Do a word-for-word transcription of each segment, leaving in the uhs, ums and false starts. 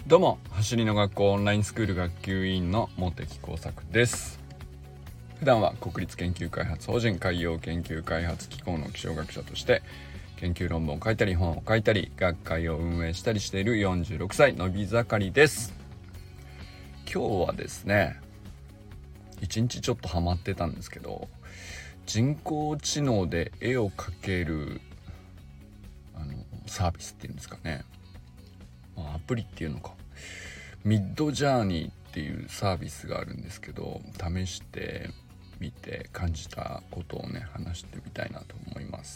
どうも、走りの学校オンラインスクール学級委員の茂木耕作です。普段は国立研究開発法人海洋研究開発機構の気象学者として研究論文を書いたり本を書いたり学会を運営したりしているよんじゅうろくさいのび盛りです。今日はですね、一日ちょっとハマってたんですけど、人工知能で絵を描けるあのサービスっていうんですかね、アプリっていうのか、ミッドジャーニーっていうサービスがあるんですけど、試してみて感じたことをね話してみたいなと思います。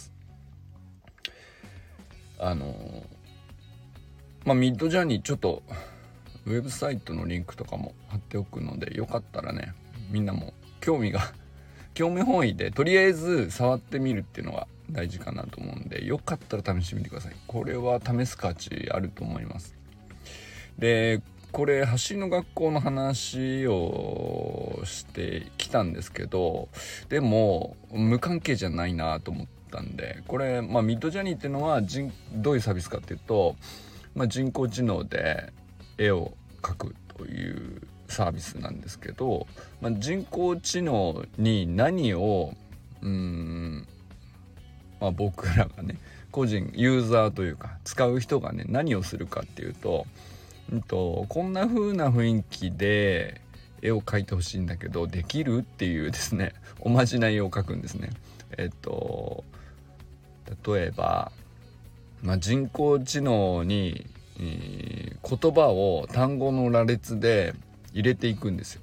あのまあミッドジャーニー、ちょっとウェブサイトのリンクとかも貼っておくので、よかったらね、みんなも興味が興味本位でとりあえず触ってみるっていうのが大事かなと思うんで、よかったら試してみてください。これは試す価値あると思います。で、これ走りの学校の話をしてきたんですけど、でも無関係じゃないなと思ったんで、これ、まあ、ミッドジャーニーっていうのは人どういうサービスかっていうと、まあ、人工知能で絵を描くというサービスなんですけど、まあ、人工知能に何をうーん、まあ、僕らがね、個人ユーザーというか使う人がね何をするかっていうと、うんとこんな風な雰囲気で絵を描いてほしいんだけどできるっていうですね、おまじないを描くんですね。えっと例えば、まあ、人工知能に、えー、言葉を単語の羅列で入れていくんですよ。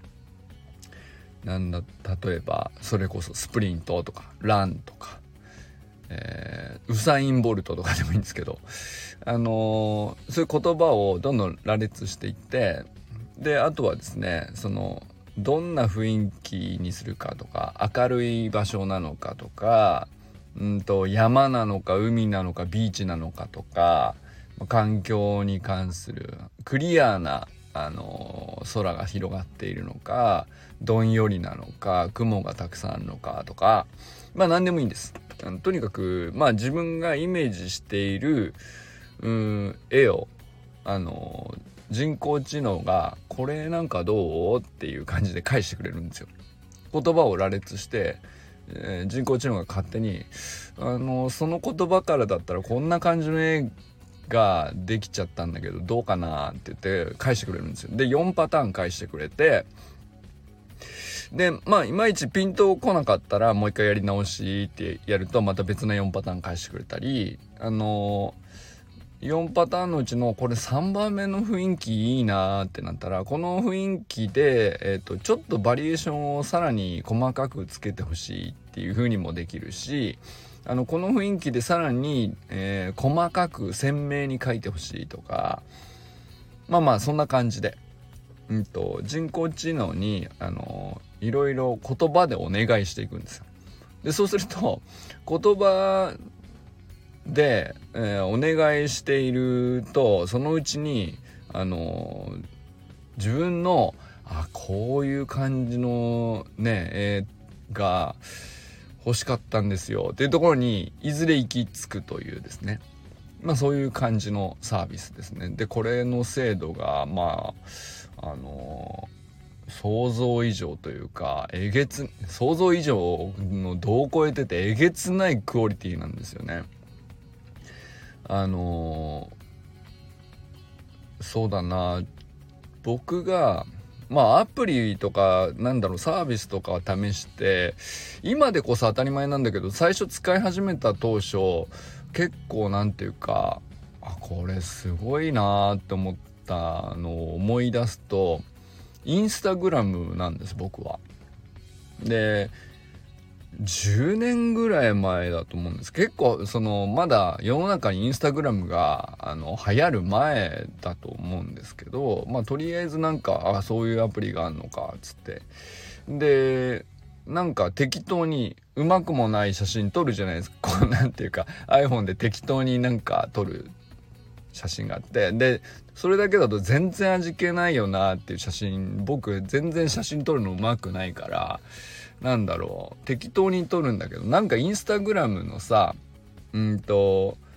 なんだ例えばそれこそスプリントとかランとか、えー、ウサインボルトとかでもいいんですけど、あのー、そういう言葉をどんどん羅列していって、であとはですね、そのどんな雰囲気にするかとか、明るい場所なのかとか、うんと山なのか海なのかビーチなのかとか、環境に関するクリアなあのー、空が広がっているのか、どんよりなのか、雲がたくさんあるのかとか、まあ何でもいいんです。とにかく、まあ自分がイメージしているうーん絵をあのー、人工知能がこれなんかどうっていう感じで返してくれるんですよ。言葉を羅列して、えー、人工知能が勝手にあのー、その言葉からだったらこんな感じの絵ができちゃったんだけどどうかなって言って返してくれるんですよ。でよんパターン返してくれて、でまあいまいちピンとこなかったらもう一回やり直しってやるとまた別のよんパターン返してくれたり、あのー、よんパターンのうちのこれさんばんめの雰囲気いいなってなったら、この雰囲気で、えーと、ちょっとバリエーションをさらに細かくつけてほしいっていう風にもできるし、あのこの雰囲気でさらに、えー、細かく鮮明に描いてほしいとか、まあまあそんな感じで、うんと人工知能にあのいろいろ言葉でお願いしていくんですよ。でそうすると言葉で、えー、お願いしていると、そのうちにあの自分のあこういう感じのね絵が欲しかったんですよっていうところにいずれ行き着くというですね、まあそういう感じのサービスですね。でこれの精度がまああのー、想像以上というか、えげつ想像以上の度を超えててえげつないクオリティなんですよね。あのー、そうだな、僕がまあアプリとかなんだろうサービスとかを試して、今でこそ当たり前なんだけど、最初使い始めた当初結構なんていうか、あこれすごいなって思ったのを思い出すと、インスタグラムなんです僕は。でじゅうねんぐらい前だと思うんです。結構そのまだ世の中にインスタグラムがあの流行る前だと思うんですけど、まあとりあえずなんかあそういうアプリがあるのかっつって、でなんか適当にうまくもない写真撮るじゃないですか。こうなんていうか iPhone で適当になんか撮る写真があって、でそれだけだと全然味気ないよなっていう写真、僕全然写真撮るのうまくないから、なんだろう適当に撮るんだけど、なんかインスタグラムのさ、うんと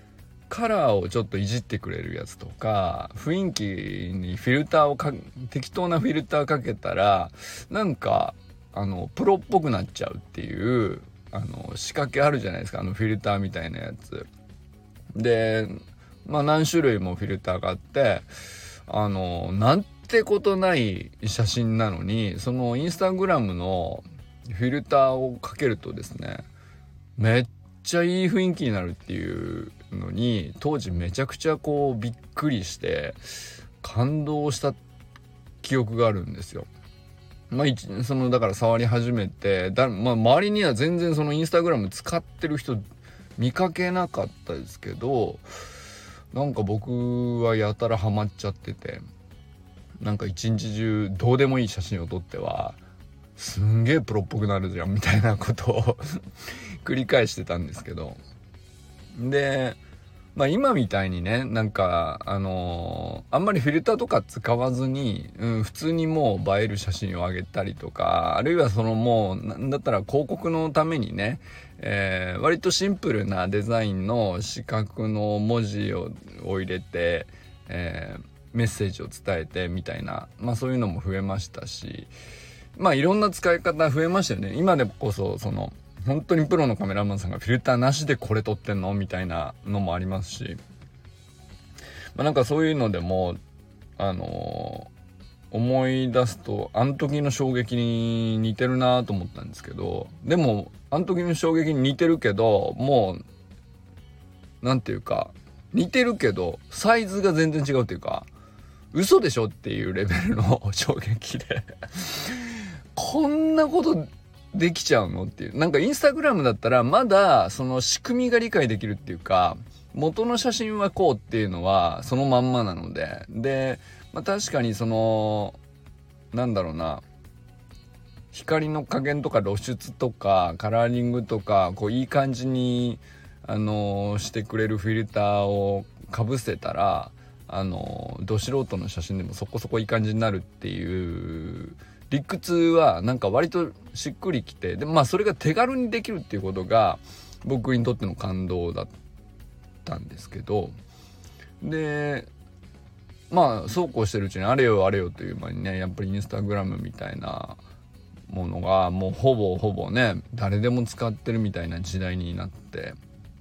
カラーをちょっといじってくれるやつとか、雰囲気にフィルターをか適当なフィルターかけたらなんかあのプロっぽくなっちゃうっていうあの仕掛けあるじゃないですか、あのフィルターみたいなやつで、まあ何種類もフィルターがあって、あのなんてことない写真なのに、そのインスタグラムのフィルターをかけるとですね、めっちゃいい雰囲気になるっていうのに当時めちゃくちゃこうびっくりして感動した記憶があるんですよ。まあ、そのだから触り始めてだ、まあ、周りには全然そのインスタグラム使ってる人見かけなかったですけど、なんか僕はやたらハマっちゃってて、なんか一日中どうでもいい写真を撮ってはすんげえプロっぽくなるじゃんみたいなことを繰り返してたんですけど、でまあ今みたいにね、なんかあのー、あんまりフィルターとか使わずに、うん、普通にもう映える写真を上げたりとか、あるいはそのもうなんだったら広告のためにね、えー、割とシンプルなデザインの四角の文字をを入れて、えー、メッセージを伝えてみたいな、まあそういうのも増えましたし、まあいろんな使い方増えましたよね。今でこそその本当にプロのカメラマンさんがフィルターなしでこれ撮ってんのみたいなのもありますし、まあ、なんかそういうのでもあのー、思い出すとあの時の衝撃に似てるなと思ったんですけど、でもあの時の衝撃に似てるけど、もうなんていうか似てるけどサイズが全然違うっていうか、嘘でしょっていうレベルの衝撃でこんなことできちゃうのっていう。なんかインスタグラムだったらまだその仕組みが理解できるっていうか、元の写真はこうっていうのはそのまんまなので、で、まあ、確かにそのなんだろうな、光の加減とか露出とかカラーリングとかこういい感じにあのー、してくれるフィルターをかぶせたら、あのー、ど素人の写真でもそこそこいい感じになるっていう理屈はなんか割としっくりきて、でまあそれが手軽にできるっていうことが僕にとっての感動だったんですけど、でまあそうこうしてるうちにあれよあれよという間にね、やっぱりインスタグラムみたいなものがもうほぼほぼね誰でも使ってるみたいな時代になって、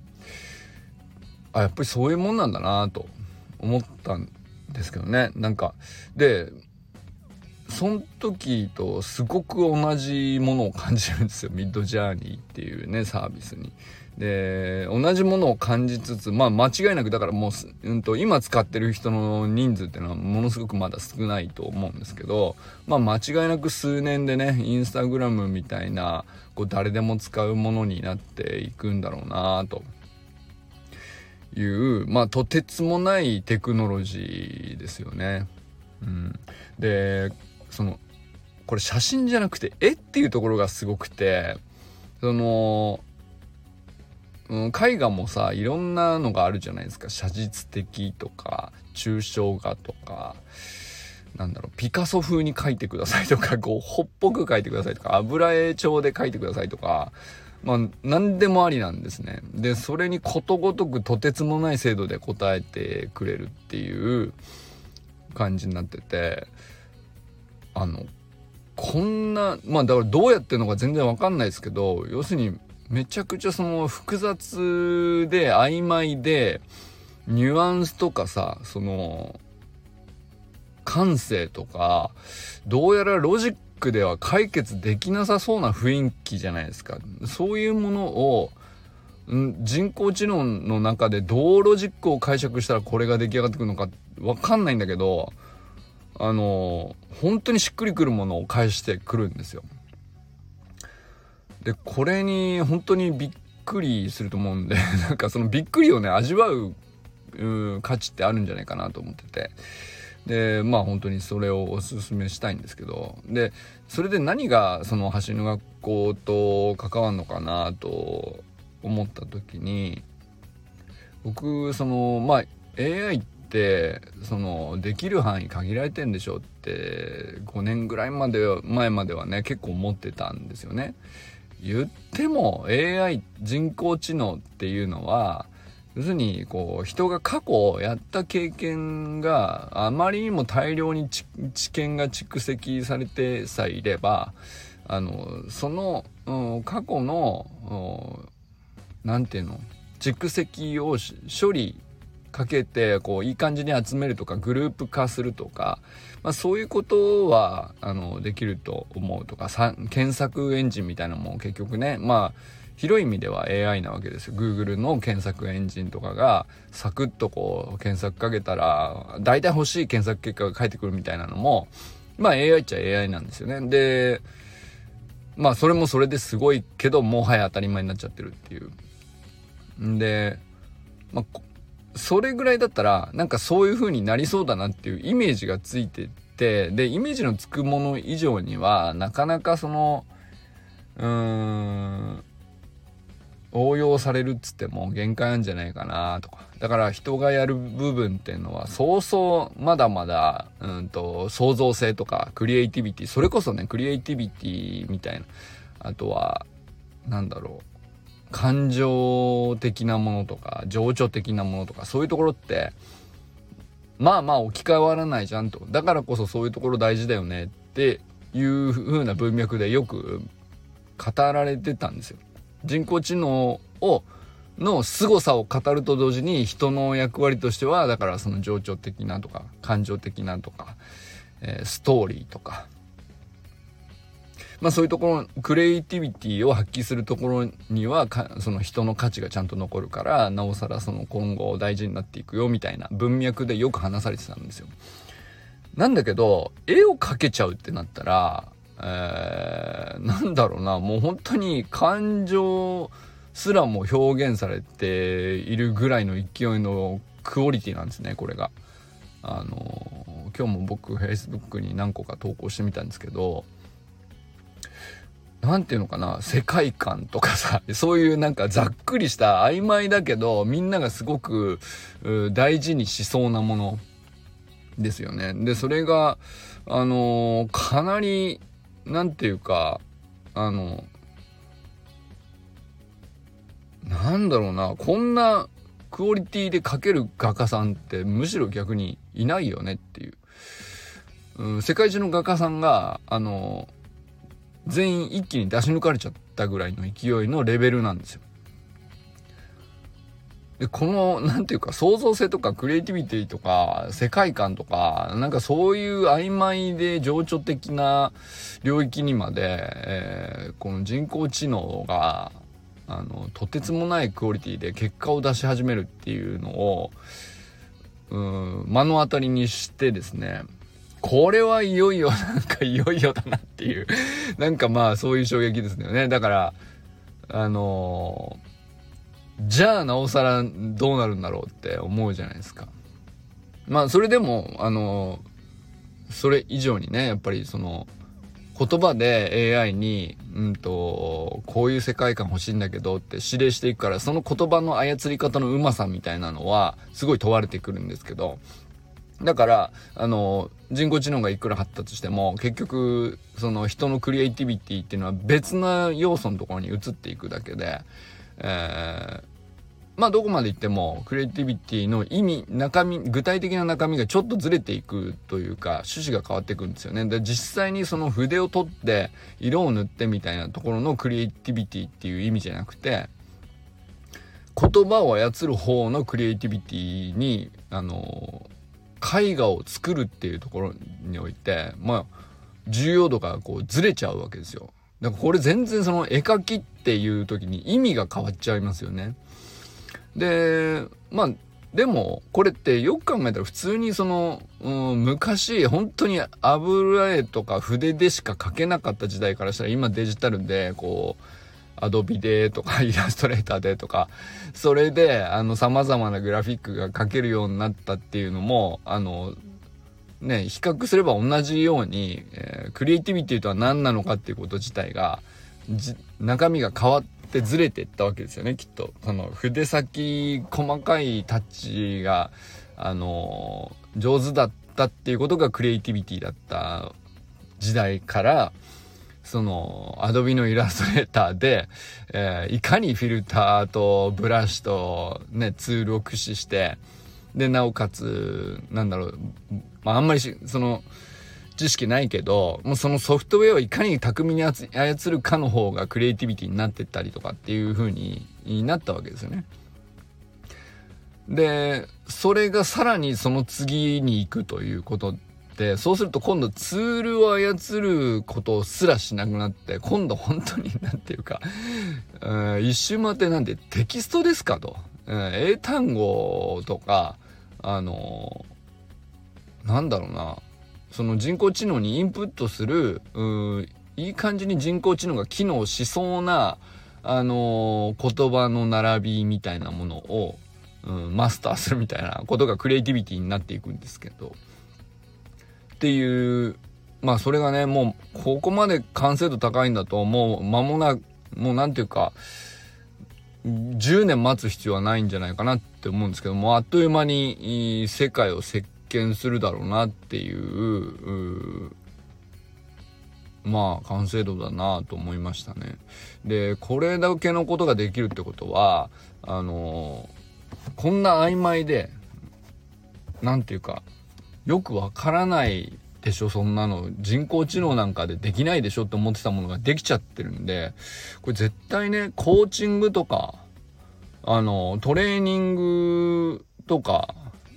あやっぱりそういうもんなんだなと思ったんですけどね。なんかでその時とすごく同じものを感じるんですよ、ミッドジャーニーっていうねサービスに。で同じものを感じつつ、まあ間違いなくだからもう、うん、と今使ってる人の人数っていうのはものすごくまだ少ないと思うんですけど、まあ間違いなく数年でねインスタグラムみたいなこう誰でも使うものになっていくんだろうなという、まあとてつもないテクノロジーですよね。うん、でそのこれ写真じゃなくて絵っていうところがすごくて、その、うん、絵画もさいろんなのがあるじゃないですか。写実的とか抽象画とか、なんだろうピカソ風に描いてくださいとか、ゴッホっぽく描いてくださいとか、油絵調で描いてくださいとか、まあ何でもありなんですね。でそれにことごとくとてつもない精度で答えてくれるっていう感じになってて、あのこんなまあだからどうやってるのか全然わかんないですけど、要するにめちゃくちゃその複雑で曖昧でニュアンスとかさ、その感性とかどうやらロジックでは解決できなさそうな雰囲気じゃないですか。そういうものをん人工知能の中でどうロジックを解釈したらこれが出来上がってくるのかわかんないんだけど、あの本当にしっくりくるものを返してくるんですよ。でこれに本当にびっくりすると思うんでなんかそのびっくりをね味わう、う価値ってあるんじゃないかなと思ってて、でまあ本当にそれをおすすめしたいんですけど、でそれで何がその走りの学校と関わるのかなと思った時に、僕そのまあ エーアイ ってそのできる範囲限られてんでしょってごねんぐらいまで前まではね結構思ってたんですよね。言っても エーアイ 人工知能っていうのは要するにこう人が過去やった経験があまりにも大量に知見が蓄積されてさえいれば、あのその、うん、過去の、うん、なんていうの蓄積を処理かけてこういい感じに集めるとかグループ化するとか、まあ、そういうことはあのできると思うとか、さ検索エンジンみたいなのも結局ね、まあ広い意味では エーアイ なわけですよ。 Google の検索エンジンとかがサクッとこう検索かけたら大体欲しい検索結果が返ってくるみたいなのも、まあ エーアイ っちゃ エーアイ なんですよね。でまあそれもそれですごいけど、もはや当たり前になっちゃってるっていう。んでまあそれぐらいだったらなんかそういう風になりそうだなっていうイメージがついてて、でイメージのつくもの以上にはなかなかそのうーん応用されるっつっても限界なんじゃないかなとか。だから人がやる部分っていうのはそうそうまだまだうんと創造性とかクリエイティビティ、それこそねクリエイティビティみたいな、あとはなんだろう感情的なものとか情緒的なものとか、そういうところってまあまあ置き換わらないじゃんと。だからこそそういうところ大事だよねっていう風な文脈でよく語られてたんですよ。人工知能をの凄さを語ると同時に人の役割としては、だからその情緒的なとか感情的なとか、えー、ストーリーとか、まあそういうところクリエイティビティを発揮するところにはかその人の価値がちゃんと残るから、なおさらその今後大事になっていくよみたいな文脈でよく話されてたんですよ。なんだけど絵を描けちゃうってなったら、えー、なんだろうな、もう本当に感情すらも表現されているぐらいの勢いのクオリティなんですね、これが。あの今日も僕 Facebook に何個か投稿してみたんですけど、なんていうのかな、世界観とかさ、そういうなんかざっくりした曖昧だけどみんながすごく大事にしそうなものですよね。でそれがあのー、かなりなんていうかあのなんだろうな、こんなクオリティで描ける画家さんってむしろ逆にいないよねっていう、うん、世界中の画家さんがあのー全員一気に出し抜かれちゃったぐらいの勢いのレベルなんですよ。でこのなんていうか創造性とかクリエイティビティとか世界観とかなんかそういう曖昧で情緒的な領域にまで、えー、この人工知能があのとてつもないクオリティで結果を出し始めるっていうのをうん目の当たりにしてですね、これはいよいよなんかいよいよだなっていうなんかまあそういう衝撃ですよね。だからあのー、じゃあなおさらどうなるんだろうって思うじゃないですか。まあそれでもあのー、それ以上にねやっぱりその言葉で エーアイ にうんとこういう世界観欲しいんだけどって指令していくから、その言葉の操り方のうまさみたいなのはすごい問われてくるんですけど、だからあの人工知能がいくら発達しても結局その人のクリエイティビティっていうのは別な要素のところに移っていくだけで、えー、まあどこまでいってもクリエイティビティの意味中身具体的な中身がちょっとずれていくというか趣旨が変わっていくんですよね。で実際にその筆を取って色を塗ってみたいなところのクリエイティビティっていう意味じゃなくて、言葉を操る方のクリエイティビティにあの絵画を作るっていうところにおいてまあ重要度がこうずれちゃうわけですよ。だからこれ全然その絵描きっていう時に意味が変わっちゃいますよね。でまあでもこれってよく考えたら普通にその、うん、昔本当に油絵とか筆でしか描けなかった時代からしたら今デジタルでこうアドビでとかイラストレーターでとかそれであの様々なグラフィックが描けるようになったっていうのもあのね比較すれば同じように、えー、クリエイティビティとは何なのかっていうこと自体が中身が変わってずれていったわけですよね。きっとその筆先細かいタッチがあのー、上手だったっていうことがクリエイティビティだった時代からその Adobe のイラストレーターで、えー、いかにフィルターとブラシとねツールを駆使して、でなおかつなんだろう、まああんまりしその知識ないけど、もうそのソフトウェアをいかに巧みに操るかの方がクリエイティビティになってったりとかっていう風になったわけですよね。でそれがさらにその次に行くということで、そうすると今度ツールを操ることすらしなくなって、今度本当になんていうか、うん、一周回ってなんてテキストですかと、うん、英単語とかあのなんだろうな、その人工知能にインプットする、ういい感じに人工知能が機能しそうなあの言葉の並びみたいなものを、うん、マスターするみたいなことがクリエイティビティになっていくんですけど、っていう、まあそれがねもうここまで完成度高いんだと、もう間もなく、もうなんていうかじゅうねん待つ必要はないんじゃないかなって思うんですけども、あっという間に世界を席巻するだろうなっていう、うまあ完成度だなと思いましたね。でこれだけのことができるってことは、あのこんな曖昧でなんていうかよくわからないでしょ、そんなの人工知能なんかでできないでしょって思ってたものができちゃってるんで、これ絶対ねコーチングとかあのトレーニングとか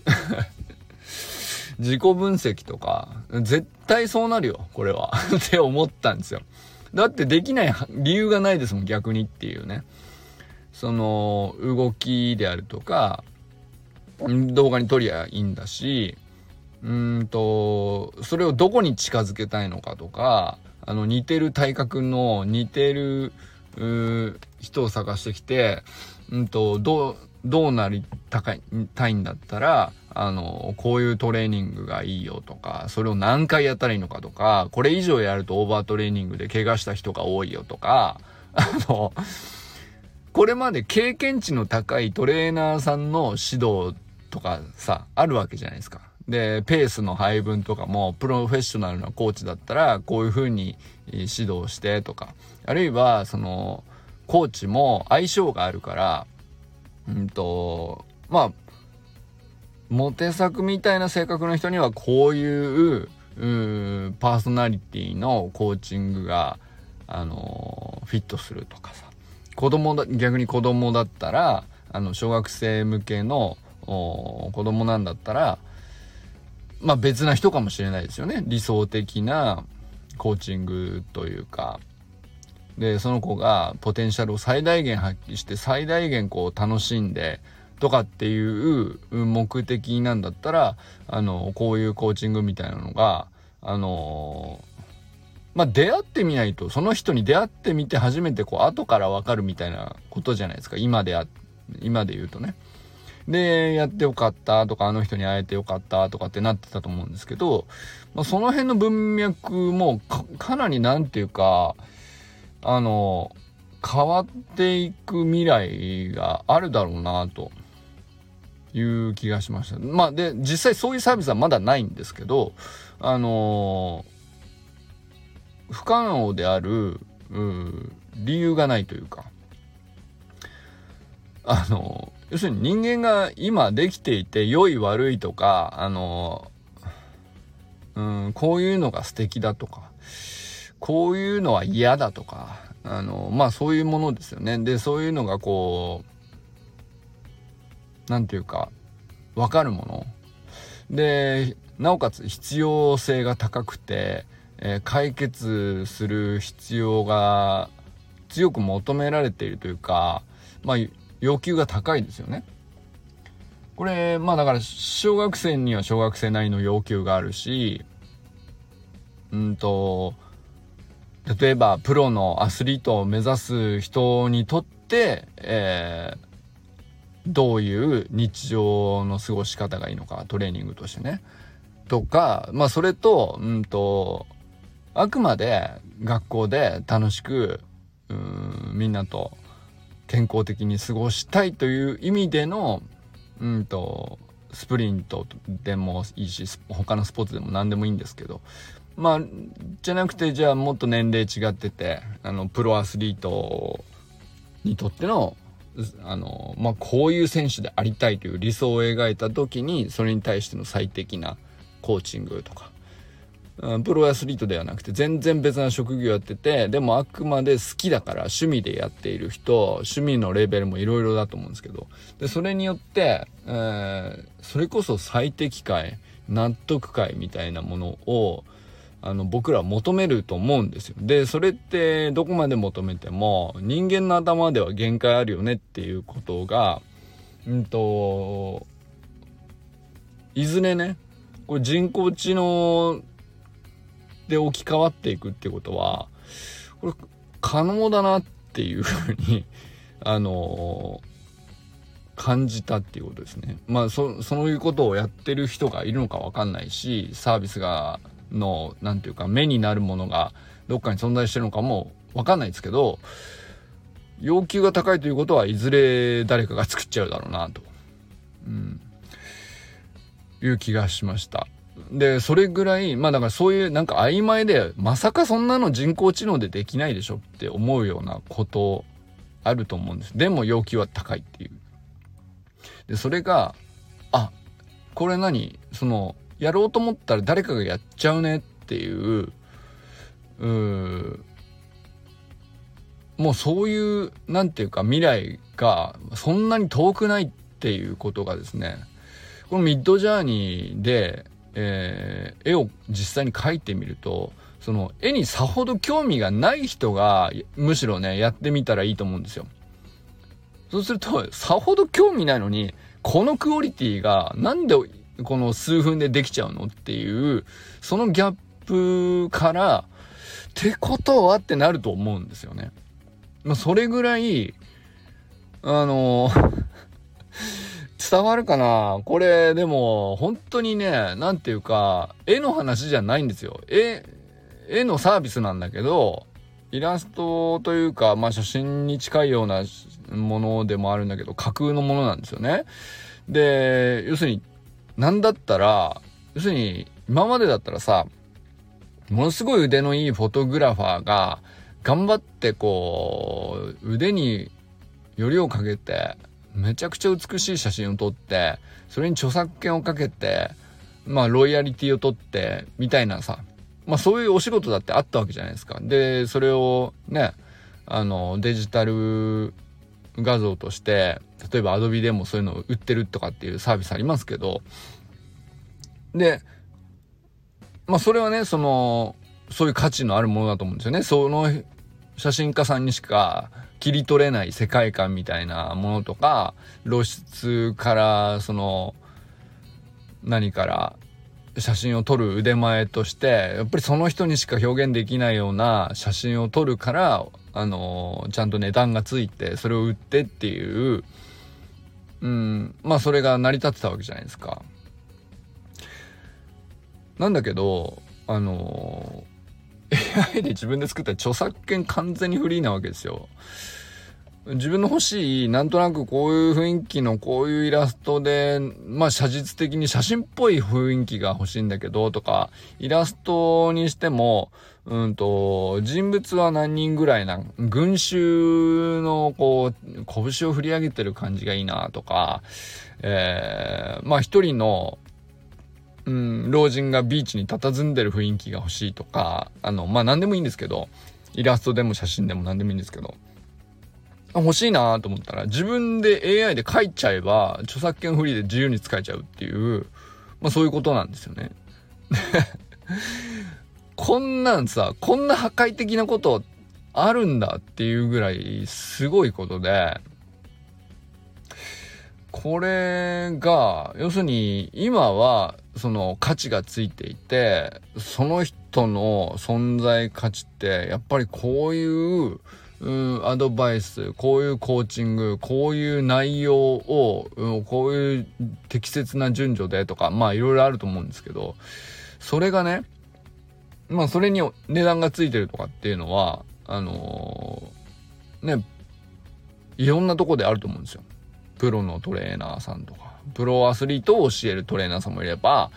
自己分析とか絶対そうなるよこれはって思ったんですよ。だってできない理由がないですもん、逆にっていうね。その動きであるとか動画に撮りゃいいんだし、うーんとそれをどこに近づけたいのかとか、あの似てる体格の似てる人を探してきて、うんとどうどうなりたいたいんだったら、あのこういうトレーニングがいいよとか、それを何回やったらいいのかとか、これ以上やるとオーバートレーニングで怪我した人が多いよとか、あのこれまで経験値の高いトレーナーさんの指導とかさあるわけじゃないですか。でペースの配分とかもプロフェッショナルなコーチだったらこういう風に指導してとか、あるいはそのコーチも相性があるから、うんとまあモテ作みたいな性格の人にはこういう、うーパーソナリティのコーチングがあのフィットするとかさ、子供だ逆に子供だったらあの小学生向けの子供なんだったらまあ別な人かもしれないですよね。理想的なコーチングというか、でその子がポテンシャルを最大限発揮して最大限こう楽しんでとかっていう目的なんだったら、あのこういうコーチングみたいなのがあのまあ出会ってみないと、その人に出会ってみて初めてこう後から分かるみたいなことじゃないですか、今であ今で言うとね。でやってよかったとか、あの人に会えてよかったとかってなってたと思うんですけど、まあ、その辺の文脈も か, かなりなんていうかあの変わっていく未来があるだろうなという気がしました。まあで実際そういうサービスはまだないんですけど、あの不可能である理由がないというか、あの要するに人間が今できていて良い悪いとか、あの、うん、こういうのが素敵だとか、こういうのは嫌だとか、あのまあそういうものですよね。でそういうのがこうなんていうか分かるもので、なおかつ必要性が高くて、えー、解決する必要が強く求められているというか、まあ要求が高いですよね。これまあだから小学生には小学生なりの要求があるし、うんと例えばプロのアスリートを目指す人にとって、えー、どういう日常の過ごし方がいいのか、トレーニングとしてねとか、まあそれとうんとあくまで学校で楽しくうーんみんなと健康的に過ごしたいという意味でのうんとスプリントでもいいし、他のスポーツでも何でもいいんですけど、 まあじゃなくて、じゃあもっと年齢違ってて、あのプロアスリートにとってのあのまあこういう選手でありたいという理想を描いた時に、それに対しての最適なコーチングとか、プロアスリートではなくて全然別な職業やってて、でもあくまで好きだから趣味でやっている人、趣味のレベルもいろいろだと思うんですけど、でそれによって、えー、それこそ最適解、納得解みたいなものをあの僕らは求めると思うんですよ。でそれってどこまで求めても人間の頭では限界あるよねっていうことが、うんといずれね、これ人工知能で置き換わっていくっていうことは、これ可能だなっていうふうにあの感じたっていうことですね。まあそそういうことをやってる人がいるのか分かんないし、サービスがのなんていうか目になるものがどっかに存在してるのかも分かんないですけど、要求が高いということはいずれ誰かが作っちゃうだろうなと、うん、いう気がしました。でそれぐらい、まあだからそういうなんか曖昧で、まさかそんなの人工知能でできないでしょって思うようなことあると思うんです。でも要求は高いっていう。でそれが、あ、これ何、そのやろうと思ったら誰かがやっちゃうねっていう、うーもうそういうなんていうか未来がそんなに遠くないっていうことがですね、このミッドジャーニーで、えー、絵を実際に描いてみると、その絵にさほど興味がない人がむしろねやってみたらいいと思うんですよ。そうするとさほど興味ないのにこのクオリティがなんでこの数分でできちゃうのっていう、そのギャップからってことはってなると思うんですよね。まあ、それぐらいあの伝わるかなこれ。でも本当にね、なんていうか絵の話じゃないんですよ。絵絵のサービスなんだけど、イラストというか、まあ写真に近いようなものでもあるんだけど、架空のものなんですよね。で要するになんだったら、要するに今までだったらさ、ものすごい腕のいいフォトグラファーが頑張ってこう腕によりをかけてめちゃくちゃ美しい写真を撮って、それに著作権をかけて、まあロイヤリティを取ってみたいなさ、まあそういうお仕事だってあったわけじゃないですか。でそれをね、あのデジタル画像として例えばアドビでもそういうのを売ってるとかっていうサービスありますけど、でまあそれはね、そのそういう価値のあるものだと思うんですよね。その写真家さんにしか切り取れない世界観みたいなものとか、露出からその何から写真を撮る腕前としてやっぱりその人にしか表現できないような写真を撮るから、あのちゃんと値段がついてそれを売ってっていう、うん、まあそれが成り立ってたわけじゃないですか。なんだけどあの エーアイ で自分で作った著作権完全にフリーなわけですよ。自分の欲しいなんとなくこういう雰囲気のこういうイラストで、まあ写実的に写真っぽい雰囲気が欲しいんだけどとか、イラストにしてもうんと人物は何人ぐらいな群衆のこう拳を振り上げてる感じがいいなとか、えー、まあ一人のうん、老人がビーチに佇んでる雰囲気が欲しいとか、あのまあ何でもいいんですけど、イラストでも写真でも何でもいいんですけど、欲しいなと思ったら自分で エーアイ で描いちゃえば著作権フリーで自由に使えちゃうっていう、まあそういうことなんですよね。こんなんさ、こんな破壊的なことあるんだっていうぐらいすごいことで、これが要するに今はその価値がついていて、その人の存在価値ってやっぱりこういううんアドバイス、こういうコーチング、こういう内容を、うん、こういう適切な順序でとか、まあいろいろあると思うんですけど、それがね、まあそれに値段がついてるとかっていうのはあのー、ねいろんなとこであると思うんですよ。プロのトレーナーさんとか、プロアスリートを教えるトレーナーさんもいれば、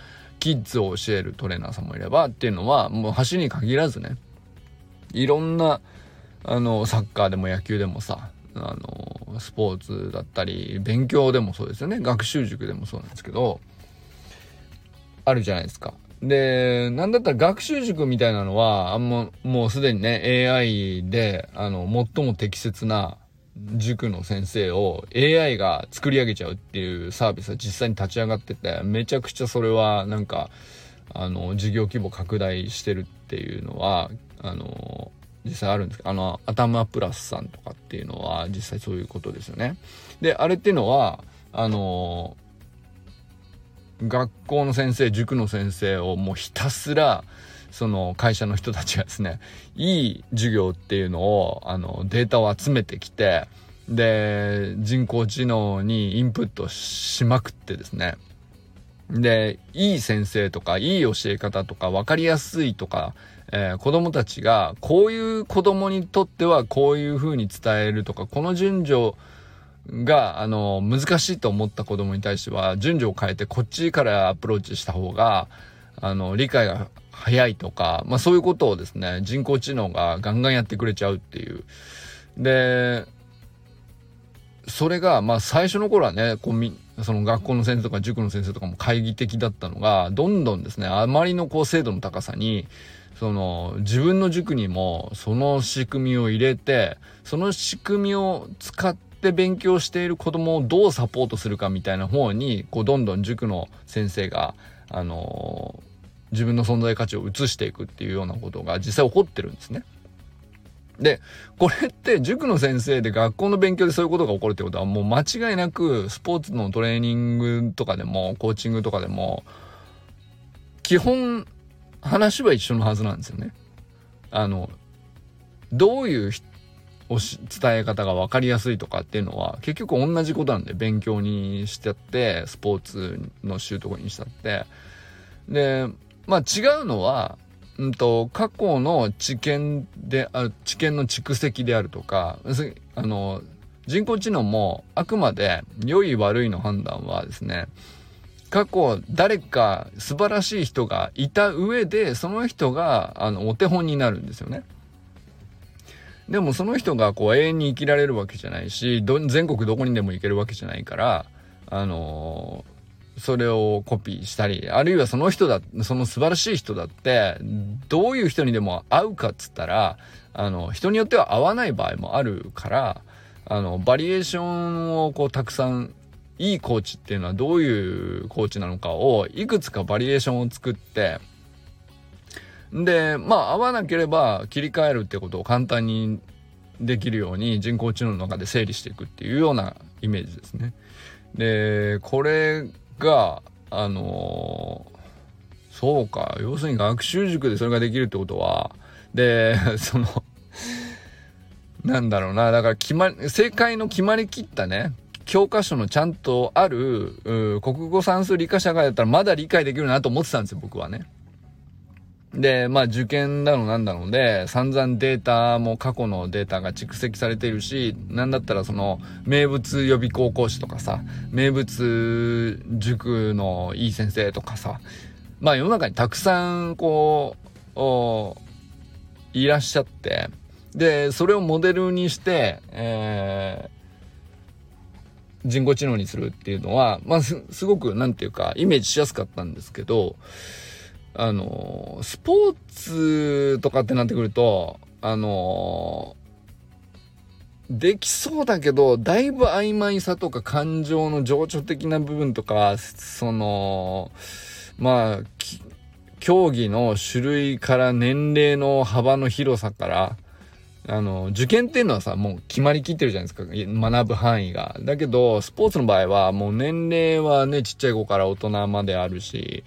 キッズを教えるトレーナーさんもいればっていうのは、もう走りに限らずね、いろんなあのサッカーでも野球でもさ、あのスポーツだったり勉強でもそうですよね、学習塾でもそうなんですけど、あるじゃないですか。で、なんだったら学習塾みたいなのはあんまもうすでにね エーアイ であの最も適切な塾の先生を エーアイ が作り上げちゃうっていうサービスは実際に立ち上がってて、めちゃくちゃそれはなんかあの事業規模拡大してるっていうのはあの実際あるんですけど、あの頭プラスさんとかっていうのは実際そういうことですよね。で、あれっていうのはあの学校の先生、塾の先生をもうひたすらその会社の人たちがですね、いい授業っていうのをあのデータを集めてきて、で人工知能にインプットしまくってですね、でいい先生とかいい教え方とか分かりやすいとか、えー、子供たちがこういう子供にとってはこういう風に伝えるとか、この順序があの難しいと思った子供に対しては順序を変えてこっちからアプローチした方があの理解が早いとか、まあそういうことをですね、人工知能がガンガンやってくれちゃうっていう。でそれがまあ最初の頃はね、こうみその学校の先生とか塾の先生とかも懐疑的だったのが、どんどんですね、あまりのこう精度の高さに、その自分の塾にもその仕組みを入れて、その仕組みを使って勉強している子供をどうサポートするかみたいな方にこうどんどん塾の先生があのー、自分の存在価値を移していくっていうようなことが実際起こってるんですね。でこれって塾の先生で学校の勉強でそういうことが起こるってことはもう間違いなくスポーツのトレーニングとかでもコーチングとかでも基本話は一緒のはずなんですよね。あのどういう伝え方が分かりやすいとかっていうのは結局同じことなんで、勉強にしちゃってスポーツの習得にしたって。でまあ違うのはうんと過去の知見である知見の蓄積であるとか、あの人工知能もあくまで良い悪いの判断はですね、過去誰か素晴らしい人がいた上でその人があのお手本になるんですよね。でもその人がこう永遠に生きられるわけじゃないし、ど全国どこにでも行けるわけじゃないから、あのーそれをコピーしたり、あるいはその人だ、その素晴らしい人だってどういう人にでも合うかっつったら、あの人によっては合わない場合もあるから、あのバリエーションをこうたくさん、いいコーチっていうのはどういうコーチなのかをいくつかバリエーションを作って、でまあ合わなければ切り替えるってことを簡単にできるように人工知能の中で整理していくっていうようなイメージですね。でこれがあのー、そうか、要するに学習塾でそれができるってことは、でそのなんだろうな、だから決まり正解の決まりきったね教科書のちゃんとある国語算数理科社会だったらまだ理解できるなと思ってたんですよ、僕はね。でまあ受験だのなんだので散々データも過去のデータが蓄積されているし、なんだったらその名物予備高校師とかさ、名物塾のいい先生とかさ、まあ世の中にたくさんこういらっしゃって、でそれをモデルにして、えー、人工知能にするっていうのはまあ す, すごくなんていうかイメージしやすかったんですけど、あのスポーツとかってなってくるとあのできそうだけどだいぶ曖昧さとか感情の情緒的な部分とか、そのまあ競技の種類から年齢の幅の広さから、あの受験っていうのはさもう決まりきってるじゃないですか、学ぶ範囲が。だけどスポーツの場合はもう年齢はねちっちゃい子から大人まであるし、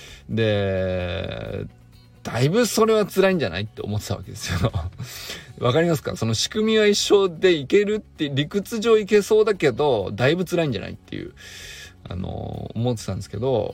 でだいぶそれは辛いんじゃないって思ってたわけですよわかりますか？その仕組みは一緒でいけるって理屈上いけそうだけどだいぶ辛いんじゃないっていうあの思ってたんですけど、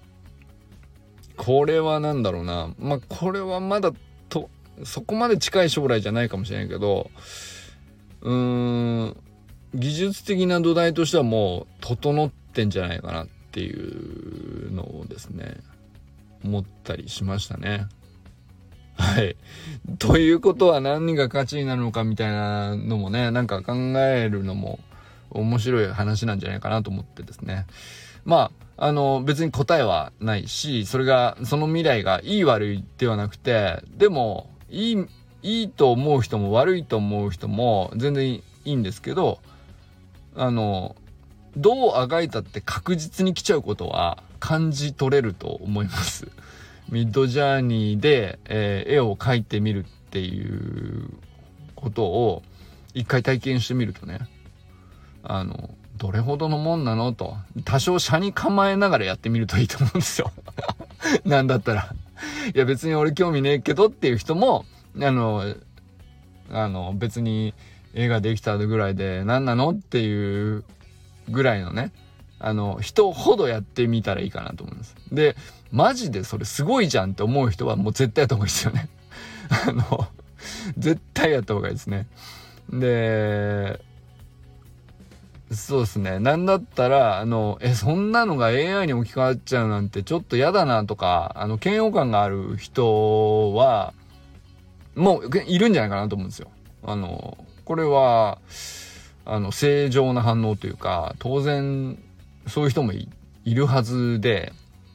これはなんだろうな、まあこれはまだとそこまで近い将来じゃないかもしれないけど、うーん技術的な土台としてはもう整ってんじゃないかなっていうのをですね思ったりしましたね。はい。ということは何が価値になるのかみたいなのもね、なんか考えるのも面白い話なんじゃないかなと思ってですね。まあ、あの別に答えはないし、それが、その未来がいい悪いではなくて、でも、いい、いいと思う人も悪いと思う人も全然いいんですけど、あの、どうあがいたって確実に来ちゃうことは感じ取れると思います。ミッドジャーニーで、えー、絵を描いてみるっていうことを一回体験してみるとね、あのどれほどのもんなのと、多少車に構えながらやってみるといいと思うんですよ。なんだったら、いや別に俺興味ねえけどっていう人も、あのあの別に絵ができたぐらいで何なのっていうぐらいのね、あの人ほどやってみたらいいかなと思います。で、マジでそれすごいじゃんって思う人はもう絶対やった方がいいですよね。あの絶対やった方がいいですね。で、そうですね、なんだったらあのえそんなのが エーアイ に置き換わっちゃうなんてちょっと嫌だなとか、あの嫌悪感がある人はもういるんじゃないかなと思うんですよ。あのこれはあの正常な反応というか、当然そういう人も い, いるはずで、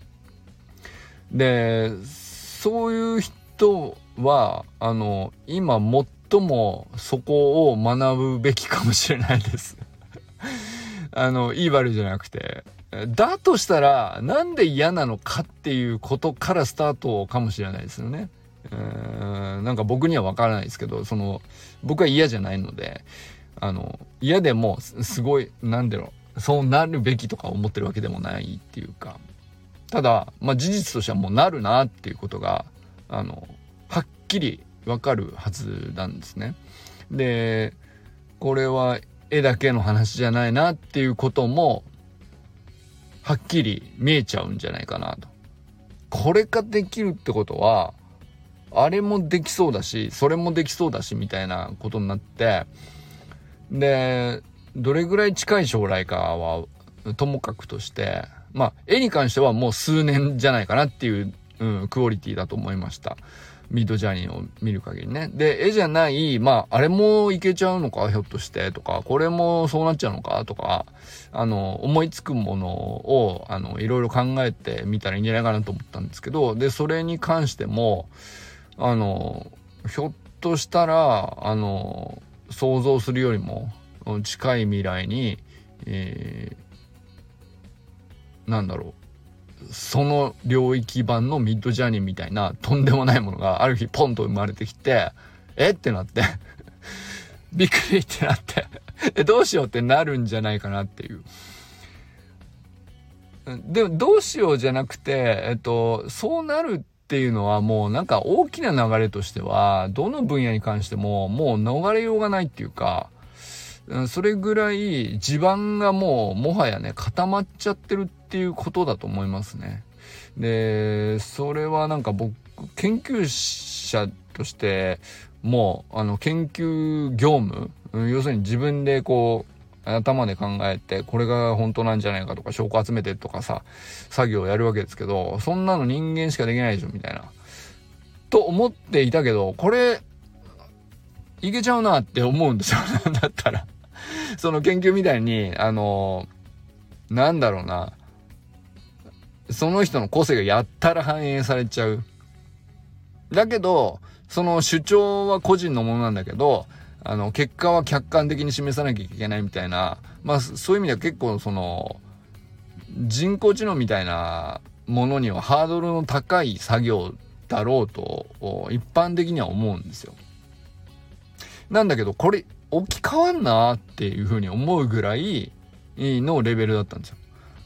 でそういう人はあの今最もそこを学ぶべきかもしれないです。あのいい悪いじゃなくて、だとしたらなんで嫌なのかっていうことからスタートかもしれないですよね。うーんなんか僕には分からないですけど、その僕は嫌じゃないので、あの嫌でもすごいなんだろう、そうなるべきとか思ってるわけでもないっていうか、ただまあ事実としてはもうなるなっていうことがあのはっきり分かるはずなんですね。でこれは絵だけの話じゃないなっていうこともはっきり見えちゃうんじゃないかなと。これができるってことはあれもできそうだしそれもできそうだしみたいなことになって、でどれぐらい近い将来かはともかくとして、まあ絵に関してはもう数年じゃないかなっていう、うん、クオリティだと思いました。ミッドジャーニーを見る限りね。で絵じゃない、まああれもいけちゃうのかひょっとしてとか、これもそうなっちゃうのかとか、あの思いつくものをあのいろいろ考えてみたらいいんじゃないかなと思ったんですけど、でそれに関してもあのひょっとしたらあの想像するよりも近い未来に、えー、なんだろう、その領域版のミッドジャーニーみたいなとんでもないものがある日ポンと生まれてきて、えってなってびっくりってなってえどうしようってなるんじゃないかなっていう。でもどうしようじゃなくて、えっとそうなるっていうのはもうなんか大きな流れとしてはどの分野に関してももう逃れようがないっていうか、それぐらい地盤がもうもはやね固まっちゃってるっていうことだと思いますね。でそれはなんか僕研究者としてもうあの研究業務、要するに自分でこう頭で考えてこれが本当なんじゃないかとか証拠集めてとかさ作業をやるわけですけど、そんなの人間しかできないでしょみたいなと思っていたけど、これいけちゃうなって思うんですよ。だったらその研究みたいにあのなんだろうな、その人の個性がやったら反映されちゃう。だけどその主張は個人のものなんだけど、あの結果は客観的に示さなきゃいけないみたいな、まあそういう意味では結構その人工知能みたいなものにはハードルの高い作業だろうと一般的には思うんですよ。なんだけどこれ置き換わんなっていうふうに思うぐらいのレベルだったんですよ。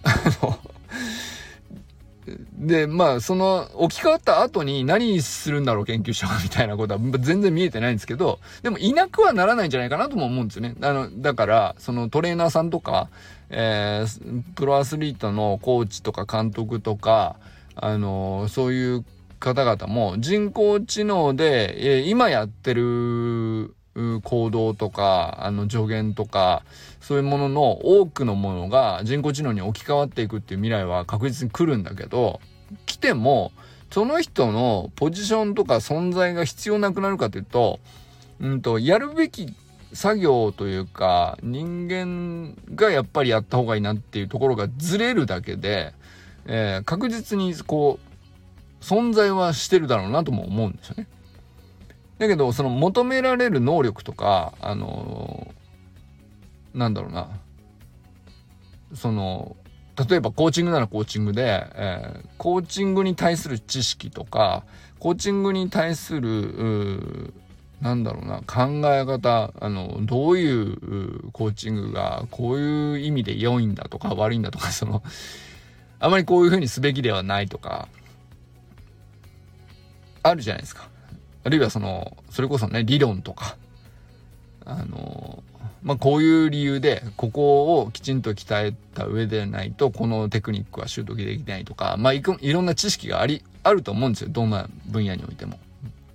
でまあその置き換わった後に何するんだろう研究者はみたいなことは全然見えてないんですけど、でもいなくはならないんじゃないかなとも思うんですよね。あのだからそのトレーナーさんとか、えー、プロアスリートのコーチとか監督とか、あのー、そういう方々も人工知能で、えー、今やってる行動とかあの助言とかそういうものの多くのものが人工知能に置き換わっていくっていう未来は確実に来るんだけど、来てもその人のポジションとか存在が必要なくなるかというと、うんと、やるべき作業というか、人間がやっぱりやった方がいいなっていうところがずれるだけで、えー、確実にこう、存在はしてるだろうなとも思うんですよね。だけど、その求められる能力とか、あのー、なんだろうな、その、例えばコーチングならコーチングで、えー、コーチングに対する知識とか、コーチングに対する、なんだろうな、考え方、あの、どういうコーチングがこういう意味で良いんだとか悪いんだとか、その、あまりこういう風にすべきではないとか、あるじゃないですか。あるいはその、それこそね、理論とか、あの、まあ、こういう理由で、ここをきちんと鍛えた上でないと、このテクニックは習得できないとか、まあ、い, いろんな知識があり、あると思うんですよ。どんな分野においても。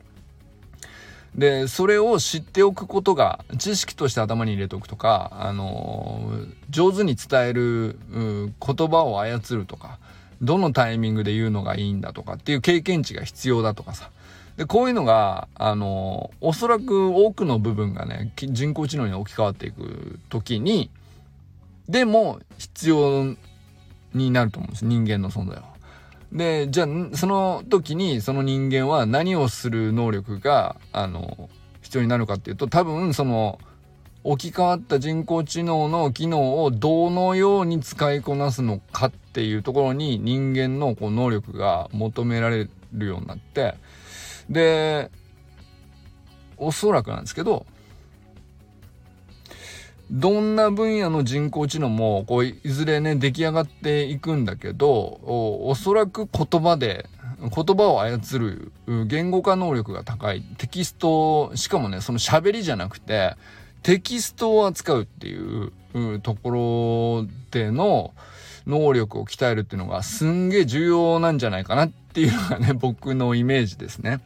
で、それを知っておくことが、知識として頭に入れておくとか、あの、上手に伝える、言葉を操るとか、どのタイミングで言うのがいいんだとかっていう経験値が必要だとかさ。で、こういうのが、あの、おそらく多くの部分がね、人工知能に置き換わっていくときに、でも必要になると思うんです。人間の存在は。で、じゃあ、その時にその人間は何をする能力が、あの、必要になるかっていうと、多分その、置き換わった人工知能の機能をどのように使いこなすのかっていうところに人間のこう能力が求められるようになって、で、おそらくなんですけど、どんな分野の人工知能もこういずれね出来上がっていくんだけど、お, おそらく言葉で言葉を操る言語化能力が高いテキスト、しかもねその喋りじゃなくてテキストを扱うっていうところでの能力を鍛えるっていうのがすんげえ重要なんじゃないかなっていうのがね僕のイメージですね。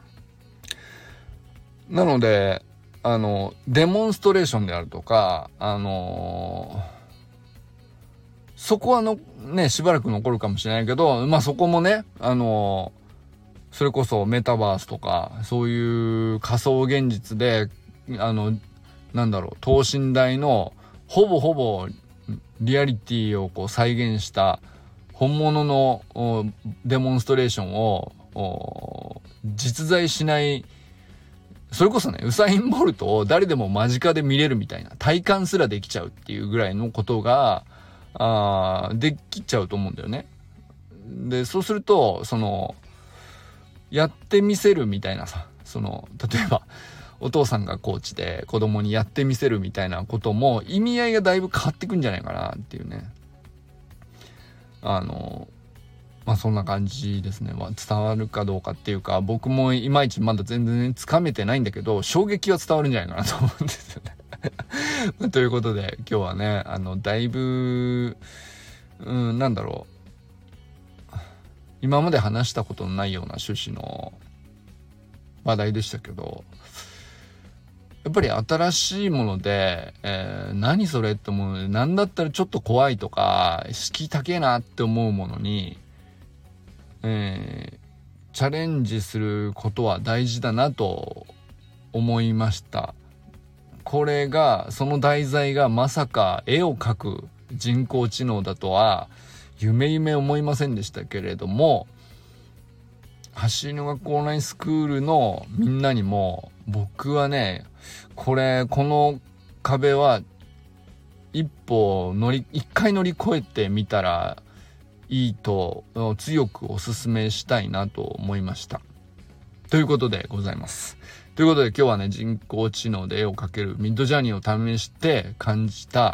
なのであのデモンストレーションであるとか、あのー、そこはのねしばらく残るかもしれないけど、まあそこもねあのー、それこそメタバースとかそういう仮想現実であのなんだろう等身大のほぼほぼリアリティをこう再現した本物のデモンストレーションを実在しない、それこそねウサイン・ボルトを誰でも間近で見れるみたいな体感すらできちゃうっていうぐらいのことがあできちゃうと思うんだよね。でそうするとそのやってみせるみたいなさ、その例えばお父さんがコーチで子供にやってみせるみたいなことも意味合いがだいぶ変わってくんじゃないかなっていうね。あのまあそんな感じですね。まあ、伝わるかどうかっていうか僕もいまいちまだ全然つかめてないんだけど衝撃は伝わるんじゃないかなと思うんですよねということで今日はねあのだいぶうんなんだろう今まで話したことのないような趣旨の話題でしたけど、やっぱり新しいもので、えー、何それって思うので、なんだったらちょっと怖いとか敷居高えなって思うものに、えー、チャレンジすることは大事だなと思いました。これがその題材がまさか絵を描く人工知能だとは夢夢思いませんでしたけれども、走りの学校オンラインスクールのみんなにも僕はねこれこの壁は一歩乗り一回乗り越えてみたらいいと強くお勧めしたいなと思いましたということでございます。ということで今日はね人工知能で絵を描けるミッドジャーニーを試して感じた、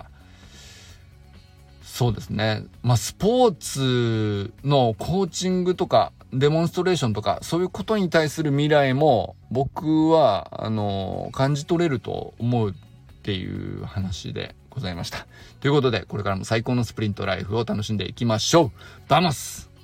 そうですねまあスポーツのコーチングとかデモンストレーションとかそういうことに対する未来も僕はあの感じ取れると思うっていう話でございました。ということでこれからも最高のスプリントライフを楽しんでいきましょう。バモス。